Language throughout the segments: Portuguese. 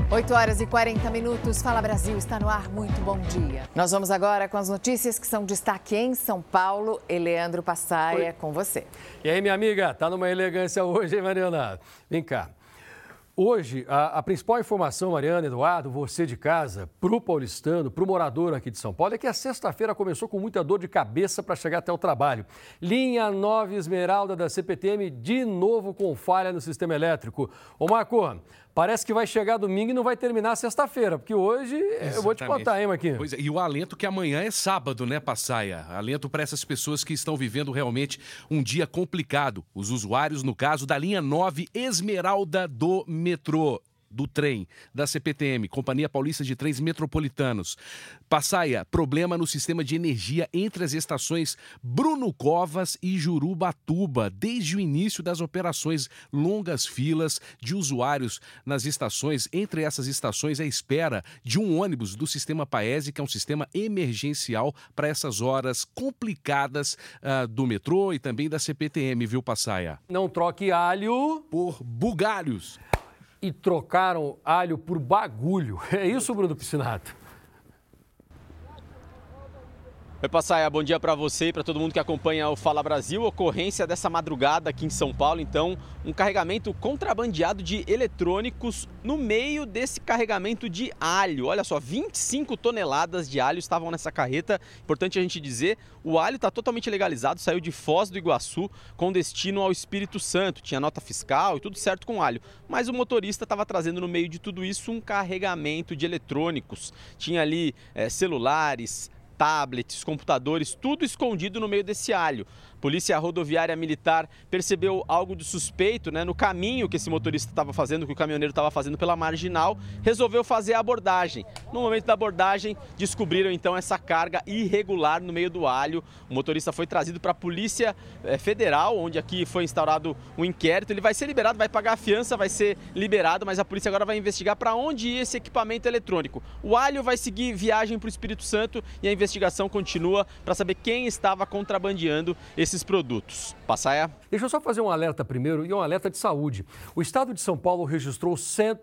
8h40. Fala Brasil, está no ar. Muito bom dia. Nós vamos agora com as notícias que são destaque em São Paulo. Eleandro Passaia, com você. E aí, minha amiga, tá numa elegância hoje, hein, Mariana? Vem cá. Hoje, a principal informação, Mariana, Eduardo, você de casa, para o paulistano, para o morador aqui de São Paulo, é que a sexta-feira começou com muita dor de cabeça para chegar até o trabalho. Linha 9 Esmeralda da CPTM, de novo com falha no sistema elétrico. Ô, Marco, parece que vai chegar domingo e não vai terminar sexta-feira, porque hoje eu vou te contar, hein, Marquinhos? Pois é, e o alento que amanhã é sábado, né, Passaia? Alento para essas pessoas que estão vivendo realmente um dia complicado. Os usuários, no caso, da linha 9 Esmeralda do metrô, do trem, da CPTM, Companhia Paulista de Trens Metropolitanos. Passaia, problema no sistema de energia entre as estações Bruno Covas e Jurubatuba. Desde o início das operações, longas filas de usuários nas estações. Entre essas estações, a espera de um ônibus do sistema Paese, que é um sistema emergencial para essas horas complicadas do metrô e também da CPTM, viu, Passaia? Não troque alho por bugalhos. E trocaram alho por bagulho. É isso, Bruno Piscinato? Oi, Passaia, bom dia para você e para todo mundo que acompanha o Fala Brasil. Ocorrência dessa madrugada aqui em São Paulo, então, um carregamento contrabandeado de eletrônicos no meio desse carregamento de alho. Olha só, 25 toneladas de alho estavam nessa carreta. Importante a gente dizer, o alho está totalmente legalizado, saiu de Foz do Iguaçu com destino ao Espírito Santo. Tinha nota fiscal e tudo certo com alho. Mas o motorista estava trazendo no meio de tudo isso um carregamento de eletrônicos. Tinha ali celulares, tablets, computadores, tudo escondido no meio desse alho. Polícia Rodoviária Militar percebeu algo de suspeito, no caminho que esse motorista estava fazendo, que o caminhoneiro estava fazendo pela marginal, resolveu fazer a abordagem. No momento da abordagem, descobriram então essa carga irregular no meio do alho. O motorista foi trazido para a Polícia Federal, onde aqui foi instaurado um inquérito. Ele vai ser liberado, vai pagar a fiança, vai ser liberado, mas a polícia agora vai investigar para onde ia esse equipamento eletrônico. O alho vai seguir viagem para o Espírito Santo e a investigação continua para saber quem estava contrabandeando esses produtos. Passaia? Deixa eu só fazer um alerta primeiro, e um alerta de saúde. O estado de São Paulo registrou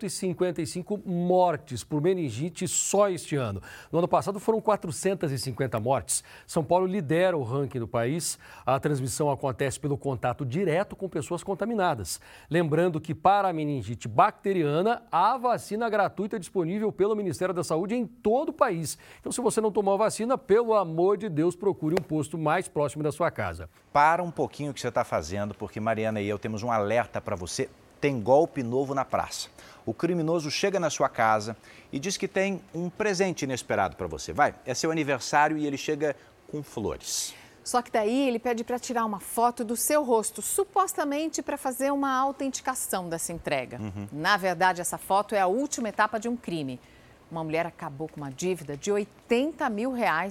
155 mortes por meningite só este ano. No ano passado foram 450 mortes. São Paulo lidera o ranking do país. A transmissão acontece pelo contato direto com pessoas contaminadas. Lembrando que para a meningite bacteriana, há vacina gratuita disponível pelo Ministério da Saúde em todo o país. Então, se você não tomou a vacina, pelo amor de Deus, procure um posto mais próximo da sua casa. Para um pouquinho o que você está fazendo, porque Mariana e eu temos um alerta para você. Tem golpe novo na praça. O criminoso chega na sua casa e diz que tem um presente inesperado para você. É seu aniversário e ele chega com flores. Só que daí ele pede para tirar uma foto do seu rosto, supostamente para fazer uma autenticação dessa entrega. Na verdade, essa foto é a última etapa de um crime. Uma mulher acabou com uma dívida de R$80 mil.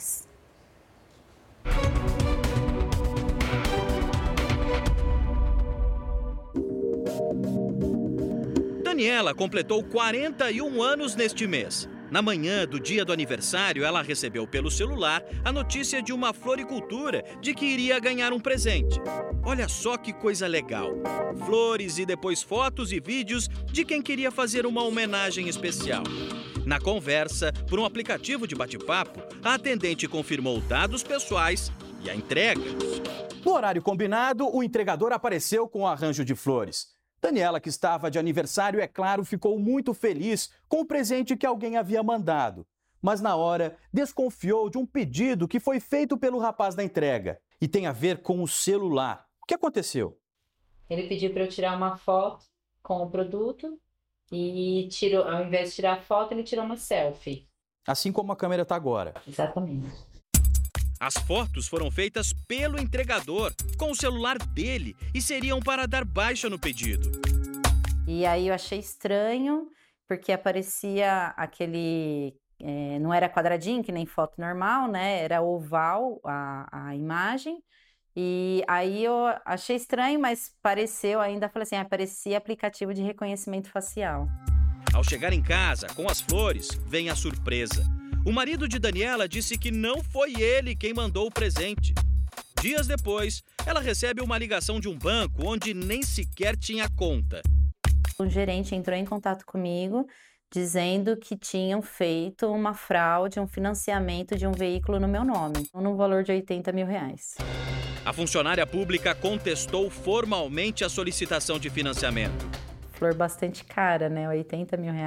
Daniela completou 41 anos neste mês. Na manhã do dia do aniversário, ela recebeu pelo celular a notícia de uma floricultura de que iria ganhar um presente. Olha só que coisa legal. Flores e depois fotos e vídeos de quem queria fazer uma homenagem especial. Na conversa, por um aplicativo de bate-papo, a atendente confirmou dados pessoais e a entrega. No horário combinado, o entregador apareceu com o arranjo de flores. Daniela, que estava de aniversário, é claro, ficou muito feliz com o presente que alguém havia mandado. Mas na hora, desconfiou de um pedido que foi feito pelo rapaz da entrega. E tem a ver com o celular. O que aconteceu? Ele pediu para eu tirar uma foto com o produto e ao invés de tirar a foto, ele tirou uma selfie. Assim como a câmera está agora. Exatamente. As fotos foram feitas pelo entregador, com o celular dele, e seriam para dar baixa no pedido. E aí eu achei estranho, porque aparecia aquele... não era quadradinho, que nem foto normal, né? Era oval a imagem. E aí eu achei estranho, mas pareceu ainda, falei assim, parecia aplicativo de reconhecimento facial. Ao chegar em casa, com as flores, vem a surpresa. O marido de Daniela disse que não foi ele quem mandou o presente. Dias depois, ela recebe uma ligação de um banco onde nem sequer tinha conta. O gerente entrou em contato comigo, dizendo que tinham feito uma fraude, um financiamento de um veículo no meu nome, no valor de R$80 mil. A funcionária pública contestou formalmente a solicitação de financiamento. Flor bastante cara, né? R$80 mil.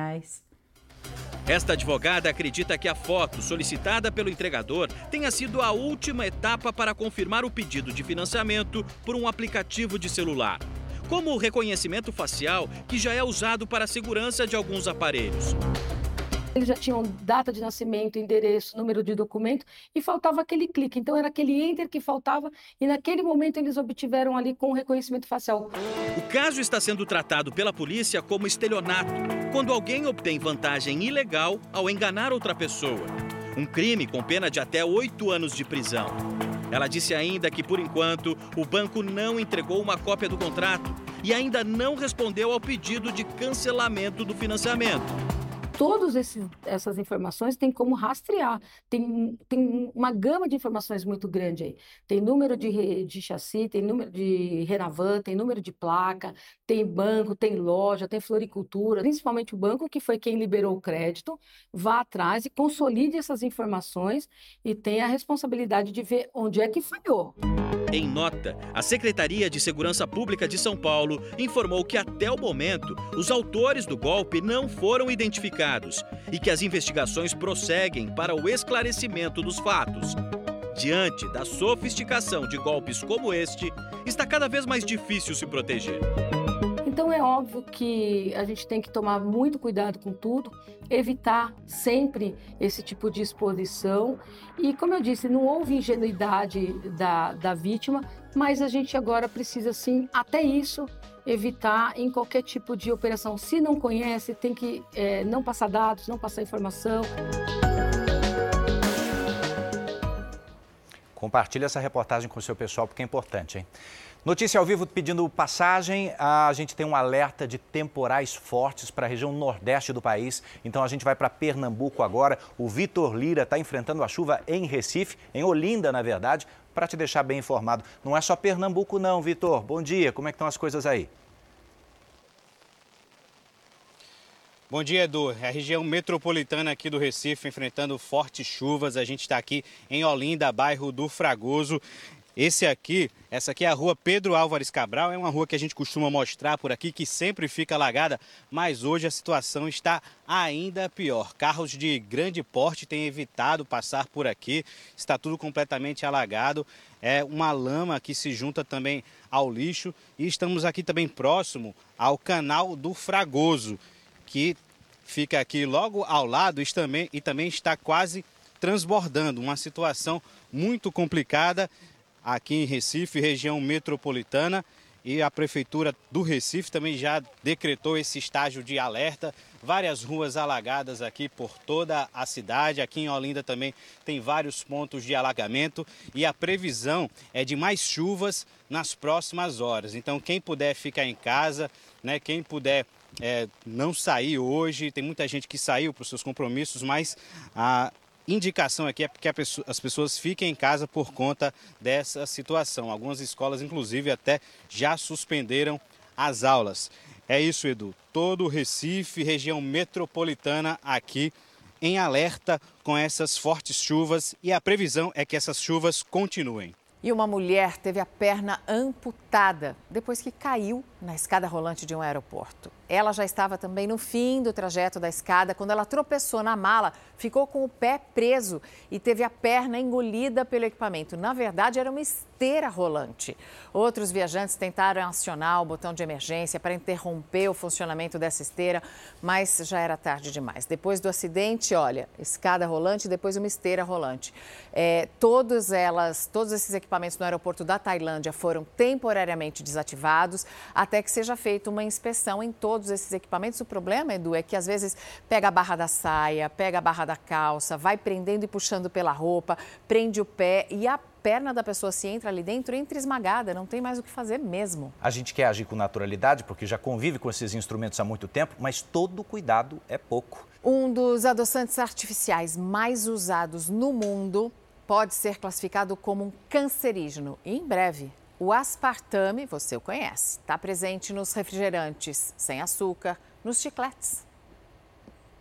Esta advogada acredita que a foto solicitada pelo entregador tenha sido a última etapa para confirmar o pedido de financiamento por um aplicativo de celular, como o reconhecimento facial, que já é usado para a segurança de alguns aparelhos. Eles já tinham data de nascimento, endereço, número de documento e faltava aquele clique. Então era aquele enter que faltava e naquele momento eles obtiveram ali com o reconhecimento facial. O caso está sendo tratado pela polícia como estelionato, quando alguém obtém vantagem ilegal ao enganar outra pessoa. Um crime com pena de até 8 anos de prisão. Ela disse ainda que, por enquanto, o banco não entregou uma cópia do contrato e ainda não respondeu ao pedido de cancelamento do financiamento. Todas essas informações tem como rastrear, tem uma gama de informações muito grande aí. Tem número de chassi, tem número de Renavan, tem número de placa, tem banco, tem loja, tem floricultura, principalmente o banco, que foi quem liberou o crédito, vá atrás e consolide essas informações e tenha a responsabilidade de ver onde é que falhou. Em nota, a Secretaria de Segurança Pública de São Paulo informou que até o momento os autores do golpe não foram identificados e que as investigações prosseguem para o esclarecimento dos fatos. Diante da sofisticação de golpes como este, está cada vez mais difícil se proteger. Então é óbvio que a gente tem que tomar muito cuidado com tudo, evitar sempre esse tipo de exposição. E como eu disse, não houve ingenuidade da vítima, mas a gente agora precisa sim, até isso, evitar em qualquer tipo de operação. Se não conhece, tem que não passar dados, não passar informação. Compartilhe essa reportagem com o seu pessoal porque é importante, hein? Notícia ao vivo pedindo passagem, a gente tem um alerta de temporais fortes para a região nordeste do país, então a gente vai para Pernambuco agora. O Vitor Lira está enfrentando a chuva em Recife, em Olinda, na verdade, para te deixar bem informado. Não é só Pernambuco não, Vitor. Bom dia, como é que estão as coisas aí? Bom dia, Edu. É a região metropolitana aqui do Recife enfrentando fortes chuvas. A gente está aqui em Olinda, bairro do Fragoso. Essa aqui é a rua Pedro Álvares Cabral, é uma rua que a gente costuma mostrar por aqui, que sempre fica alagada, mas hoje a situação está ainda pior. Carros de grande porte têm evitado passar por aqui, está tudo completamente alagado, é uma lama que se junta também ao lixo e estamos aqui também próximo ao canal do Fragoso, que fica aqui logo ao lado e também está quase transbordando, uma situação muito complicada aqui em Recife, região metropolitana, e a Prefeitura do Recife também já decretou esse estágio de alerta. Várias ruas alagadas aqui por toda a cidade. Aqui em Olinda também tem vários pontos de alagamento e a previsão é de mais chuvas nas próximas horas. Então quem puder ficar em casa, né, quem puder não sair hoje, tem muita gente que saiu para os seus compromissos, mas a indicação aqui é que as pessoas fiquem em casa por conta dessa situação. Algumas escolas, inclusive, até já suspenderam as aulas. É isso, Edu. Todo o Recife, região metropolitana aqui em alerta com essas fortes chuvas e a previsão é que essas chuvas continuem. E uma mulher teve a perna amputada depois que caiu na escada rolante de um aeroporto. Ela já estava também no fim do trajeto da escada quando ela tropeçou na mala, ficou com o pé preso e teve a perna engolida pelo equipamento. Na verdade, era uma esteira rolante. Outros viajantes tentaram acionar o botão de emergência para interromper o funcionamento dessa esteira, mas já era tarde demais. Depois do acidente, olha, escada rolante e depois uma esteira rolante. Todos esses equipamentos no aeroporto da Tailândia foram temporariamente desativados até que seja feita uma inspeção em todos esses equipamentos. O problema, Edu, é que às vezes pega a barra da saia, pega a barra da calça, vai prendendo e puxando pela roupa, prende o pé e a perna da pessoa se entra ali dentro, entra esmagada, não tem mais o que fazer mesmo. A gente quer agir com naturalidade porque já convive com esses instrumentos há muito tempo, mas todo cuidado é pouco. Um dos adoçantes artificiais mais usados no mundo pode ser classificado como um cancerígeno. E em breve, o aspartame, você o conhece, está presente nos refrigerantes sem açúcar, nos chicletes.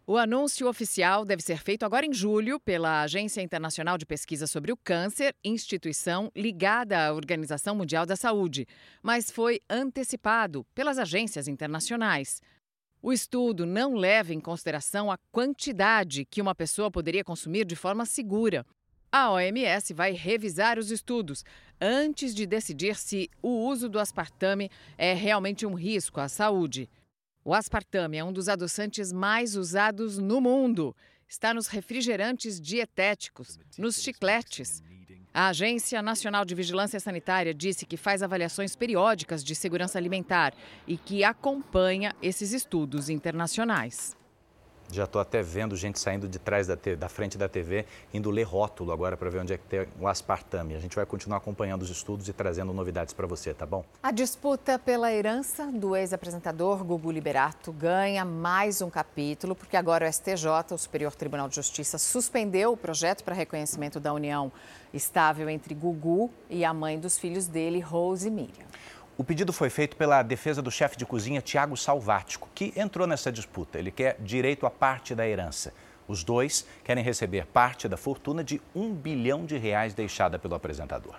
O anúncio oficial deve ser feito agora em julho pela Agência Internacional de Pesquisa sobre o Câncer, instituição ligada à Organização Mundial da Saúde, mas foi antecipado pelas agências internacionais. O estudo não leva em consideração a quantidade que uma pessoa poderia consumir de forma segura. A OMS vai revisar os estudos antes de decidir se o uso do aspartame é realmente um risco à saúde. O aspartame é um dos adoçantes mais usados no mundo. Está nos refrigerantes dietéticos, nos chicletes. A Agência Nacional de Vigilância Sanitária disse que faz avaliações periódicas de segurança alimentar e que acompanha esses estudos internacionais. Já estou até vendo gente saindo de trás da frente da TV, indo ler rótulo agora para ver onde é que tem o aspartame. A gente vai continuar acompanhando os estudos e trazendo novidades para você, tá bom? A disputa pela herança do ex-apresentador Gugu Liberato ganha mais um capítulo, porque agora o STJ, o Superior Tribunal de Justiça, suspendeu o projeto para reconhecimento da união estável entre Gugu e a mãe dos filhos dele, Rose e Miriam. O pedido foi feito pela defesa do chefe de cozinha, Thiago Salvático, que entrou nessa disputa. Ele quer direito à parte da herança. Os dois querem receber parte da fortuna de R$1 bilhão deixada pelo apresentador.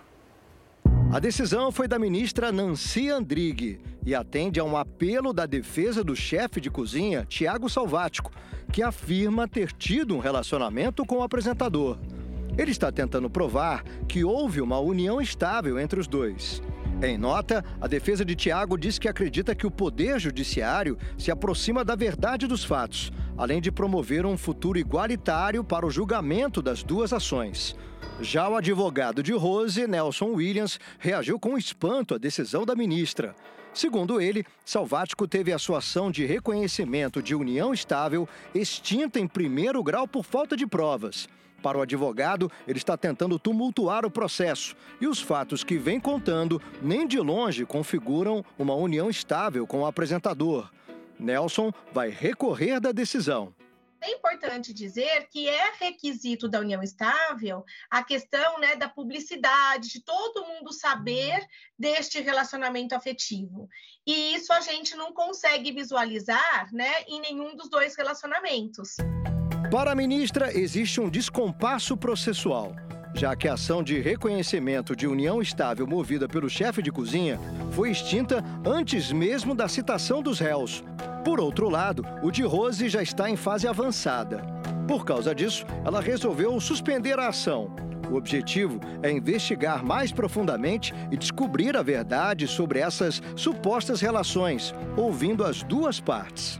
A decisão foi da ministra Nancy Andrighi e atende a um apelo da defesa do chefe de cozinha, Thiago Salvático, que afirma ter tido um relacionamento com o apresentador. Ele está tentando provar que houve uma união estável entre os dois. Em nota, a defesa de Thiago diz que acredita que o Poder Judiciário se aproxima da verdade dos fatos, além de promover um futuro igualitário para o julgamento das duas ações. Já o advogado de Rose, Nelson Williams, reagiu com espanto à decisão da ministra. Segundo ele, Salvático teve a sua ação de reconhecimento de união estável extinta em primeiro grau por falta de provas. Para o advogado, ele está tentando tumultuar o processo e os fatos que vem contando nem de longe configuram uma união estável com o apresentador. Nelson vai recorrer da decisão. É importante dizer que é requisito da união estável a questão, da publicidade, de todo mundo saber deste relacionamento afetivo. E isso a gente não consegue visualizar, em nenhum dos dois relacionamentos. Para a ministra, existe um descompasso processual, já que a ação de reconhecimento de união estável movida pelo chefe de cozinha foi extinta antes mesmo da citação dos réus. Por outro lado, o de Rose já está em fase avançada. Por causa disso, ela resolveu suspender a ação. O objetivo é investigar mais profundamente e descobrir a verdade sobre essas supostas relações, ouvindo as duas partes.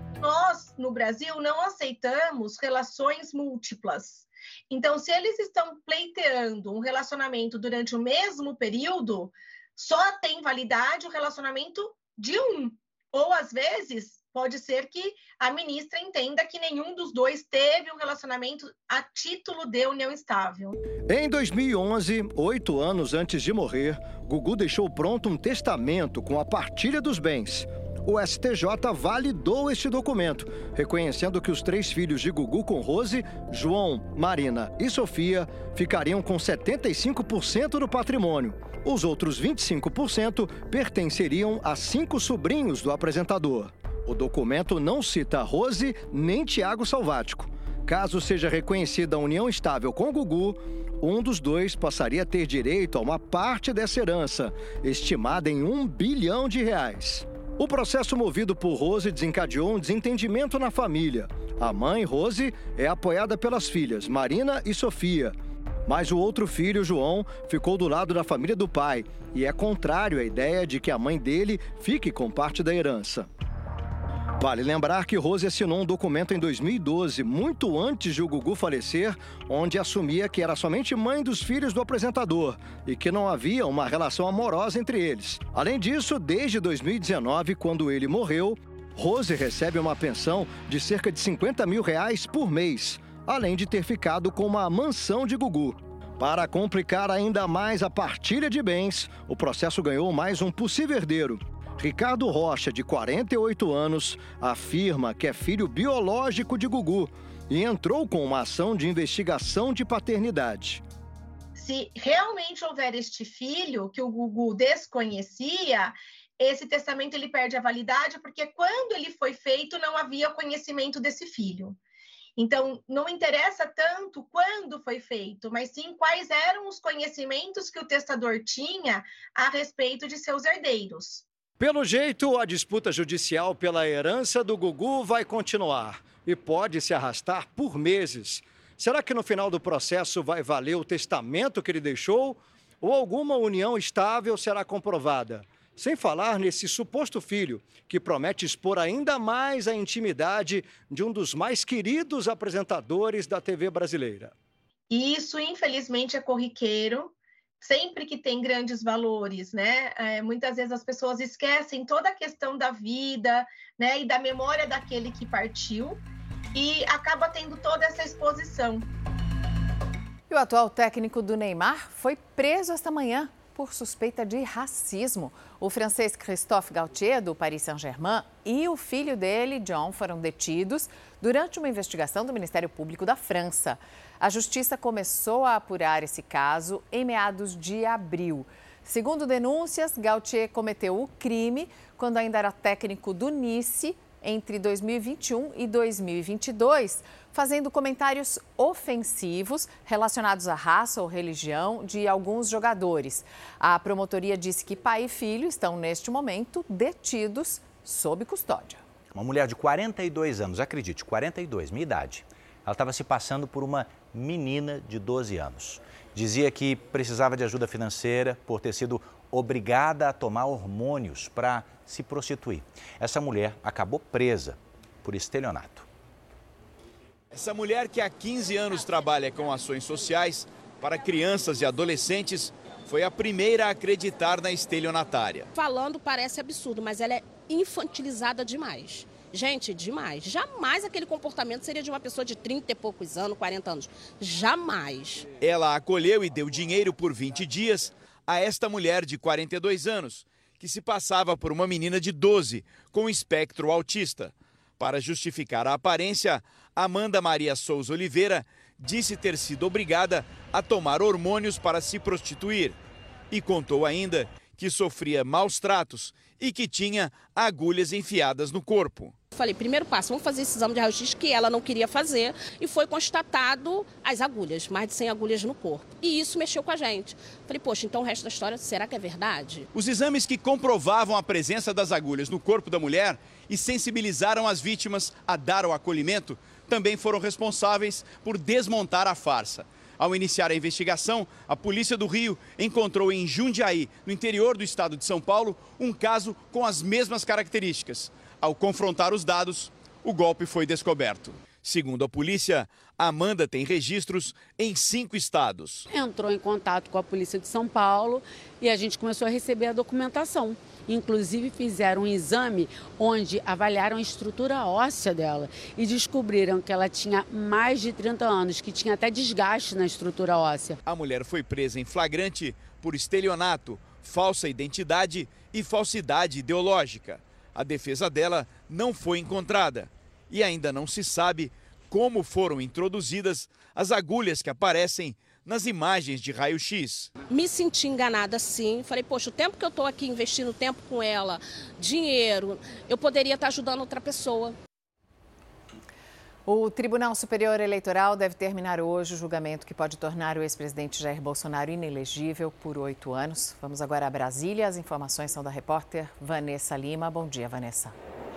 Nós, no Brasil, não aceitamos relações múltiplas. Então, se eles estão pleiteando um relacionamento durante o mesmo período, só tem validade o relacionamento de um. Ou, às vezes, pode ser que a ministra entenda que nenhum dos dois teve um relacionamento a título de união estável. Em 2011, 8 anos antes de morrer, Gugu deixou pronto um testamento com a partilha dos bens. O STJ validou este documento, reconhecendo que os 3 filhos de Gugu com Rose, João, Marina e Sofia, ficariam com 75% do patrimônio. Os outros 25% pertenceriam a 5 sobrinhos do apresentador. O documento não cita Rose nem Thiago Salvático. Caso seja reconhecida a união estável com Gugu, um dos dois passaria a ter direito a uma parte dessa herança, estimada em R$1 bilhão. O processo movido por Rose desencadeou um desentendimento na família. A mãe, Rose, é apoiada pelas filhas, Marina e Sofia. Mas o outro filho, João, ficou do lado da família do pai e é contrário à ideia de que a mãe dele fique com parte da herança. Vale lembrar que Rose assinou um documento em 2012, muito antes de o Gugu falecer, onde assumia que era somente mãe dos filhos do apresentador e que não havia uma relação amorosa entre eles. Além disso, desde 2019, quando ele morreu, Rose recebe uma pensão de cerca de R$50 mil por mês, além de ter ficado com uma mansão de Gugu. Para complicar ainda mais a partilha de bens, o processo ganhou mais um possível herdeiro. Ricardo Rocha, de 48 anos, afirma que é filho biológico de Gugu e entrou com uma ação de investigação de paternidade. Se realmente houver este filho que o Gugu desconhecia, esse testamento ele perde a validade porque quando ele foi feito não havia conhecimento desse filho. Então, não interessa tanto quando foi feito, mas sim quais eram os conhecimentos que o testador tinha a respeito de seus herdeiros. Pelo jeito, a disputa judicial pela herança do Gugu vai continuar e pode se arrastar por meses. Será que no final do processo vai valer o testamento que ele deixou ou alguma união estável será comprovada? Sem falar nesse suposto filho, que promete expor ainda mais a intimidade de um dos mais queridos apresentadores da TV brasileira. E isso, infelizmente, é corriqueiro. Sempre que tem grandes valores, né? Muitas vezes as pessoas esquecem toda a questão da vida, né? E da memória daquele que partiu e acaba tendo toda essa exposição. E o atual técnico do Neymar foi preso esta manhã por suspeita de racismo. O francês Christophe Galtier, do Paris Saint-Germain, e o filho dele, John, foram detidos durante uma investigação do Ministério Público da França. A justiça começou a apurar esse caso em meados de abril. Segundo denúncias, Galtier cometeu o crime quando ainda era técnico do Nice entre 2021 e 2022, fazendo comentários ofensivos relacionados à raça ou religião de alguns jogadores. A promotoria disse que pai e filho estão, neste momento, detidos sob custódia. Uma mulher de 42 anos, acredite, 42, minha idade. Ela estava se passando por uma menina de 12 anos. Dizia que precisava de ajuda financeira por ter sido obrigada a tomar hormônios para se prostituir. Essa mulher acabou presa por estelionato. Essa mulher que há 15 anos trabalha com ações sociais para crianças e adolescentes foi a primeira a acreditar na estelionatária. Falando parece absurdo, mas ela é infantilizada demais. Gente, demais. Jamais aquele comportamento seria de uma pessoa de 30 e poucos anos, 40 anos. Jamais. Ela acolheu e deu dinheiro por 20 dias a esta mulher de 42 anos, que se passava por uma menina de 12 com espectro autista. Para justificar a aparência, Amanda Maria Souza Oliveira disse ter sido obrigada a tomar hormônios para se prostituir. E contou ainda que sofria maus tratos e que tinha agulhas enfiadas no corpo. Falei, primeiro passo, vamos fazer esse exame de raio-x que ela não queria fazer e foi constatado as agulhas, mais de 100 agulhas no corpo. E isso mexeu com a gente. Falei, poxa, então o resto da história, será que é verdade? Os exames que comprovavam a presença das agulhas no corpo da mulher e sensibilizaram as vítimas a dar o acolhimento também foram responsáveis por desmontar a farsa. Ao iniciar a investigação, a Polícia do Rio encontrou em Jundiaí, no interior do estado de São Paulo, um caso com as mesmas características. Ao confrontar os dados, o golpe foi descoberto. Segundo a polícia, Amanda tem registros em 5 estados. Entrou em contato com a Polícia de São Paulo e a gente começou a receber a documentação. Inclusive fizeram um exame onde avaliaram a estrutura óssea dela e descobriram que ela tinha mais de 30 anos, que tinha até desgaste na estrutura óssea. A mulher foi presa em flagrante por estelionato, falsa identidade e falsidade ideológica. A defesa dela não foi encontrada e ainda não se sabe como foram introduzidas as agulhas que aparecem nas imagens de raio-x. Me senti enganada sim, falei, poxa, o tempo que eu estou aqui investindo tempo com ela, dinheiro, eu poderia estar ajudando outra pessoa. O Tribunal Superior Eleitoral deve terminar hoje o julgamento que pode tornar o ex-presidente Jair Bolsonaro inelegível por 8 anos. Vamos agora a Brasília. As informações são da repórter Vanessa Lima. Bom dia, Vanessa.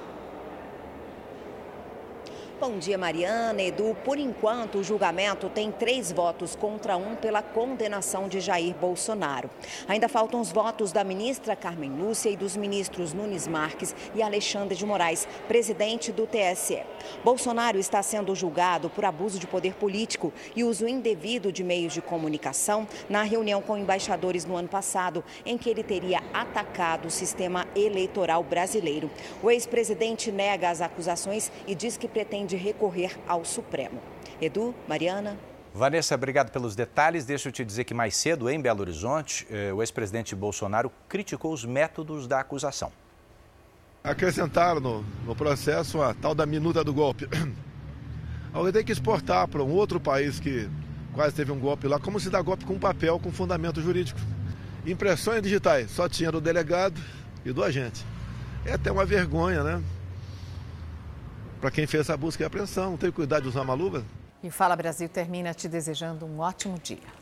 Bom dia, Mariana. Edu, por enquanto, o julgamento tem 3 votos contra 1 pela condenação de Jair Bolsonaro. Ainda faltam os votos da ministra Carmen Lúcia e dos ministros Nunes Marques e Alexandre de Moraes, presidente do TSE. Bolsonaro está sendo julgado por abuso de poder político e uso indevido de meios de comunicação na reunião com embaixadores no ano passado, em que ele teria atacado o sistema eleitoral brasileiro. O ex-presidente nega as acusações e diz que pretende recorrer ao Supremo. Edu, Mariana. Vanessa, obrigado pelos detalhes. Deixa eu te dizer que mais cedo, em Belo Horizonte, o ex-presidente Bolsonaro criticou os métodos da acusação. Acrescentaram no processo a tal da minuta do golpe. Alguém tem que exportar para um outro país que quase teve um golpe lá, como se dá golpe com papel, com fundamento jurídico. Impressões digitais, só tinha do delegado e do agente. É até uma vergonha, né? Para quem fez essa busca e apreensão, não teve cuidado de usar uma luva. E o Fala Brasil termina te desejando um ótimo dia.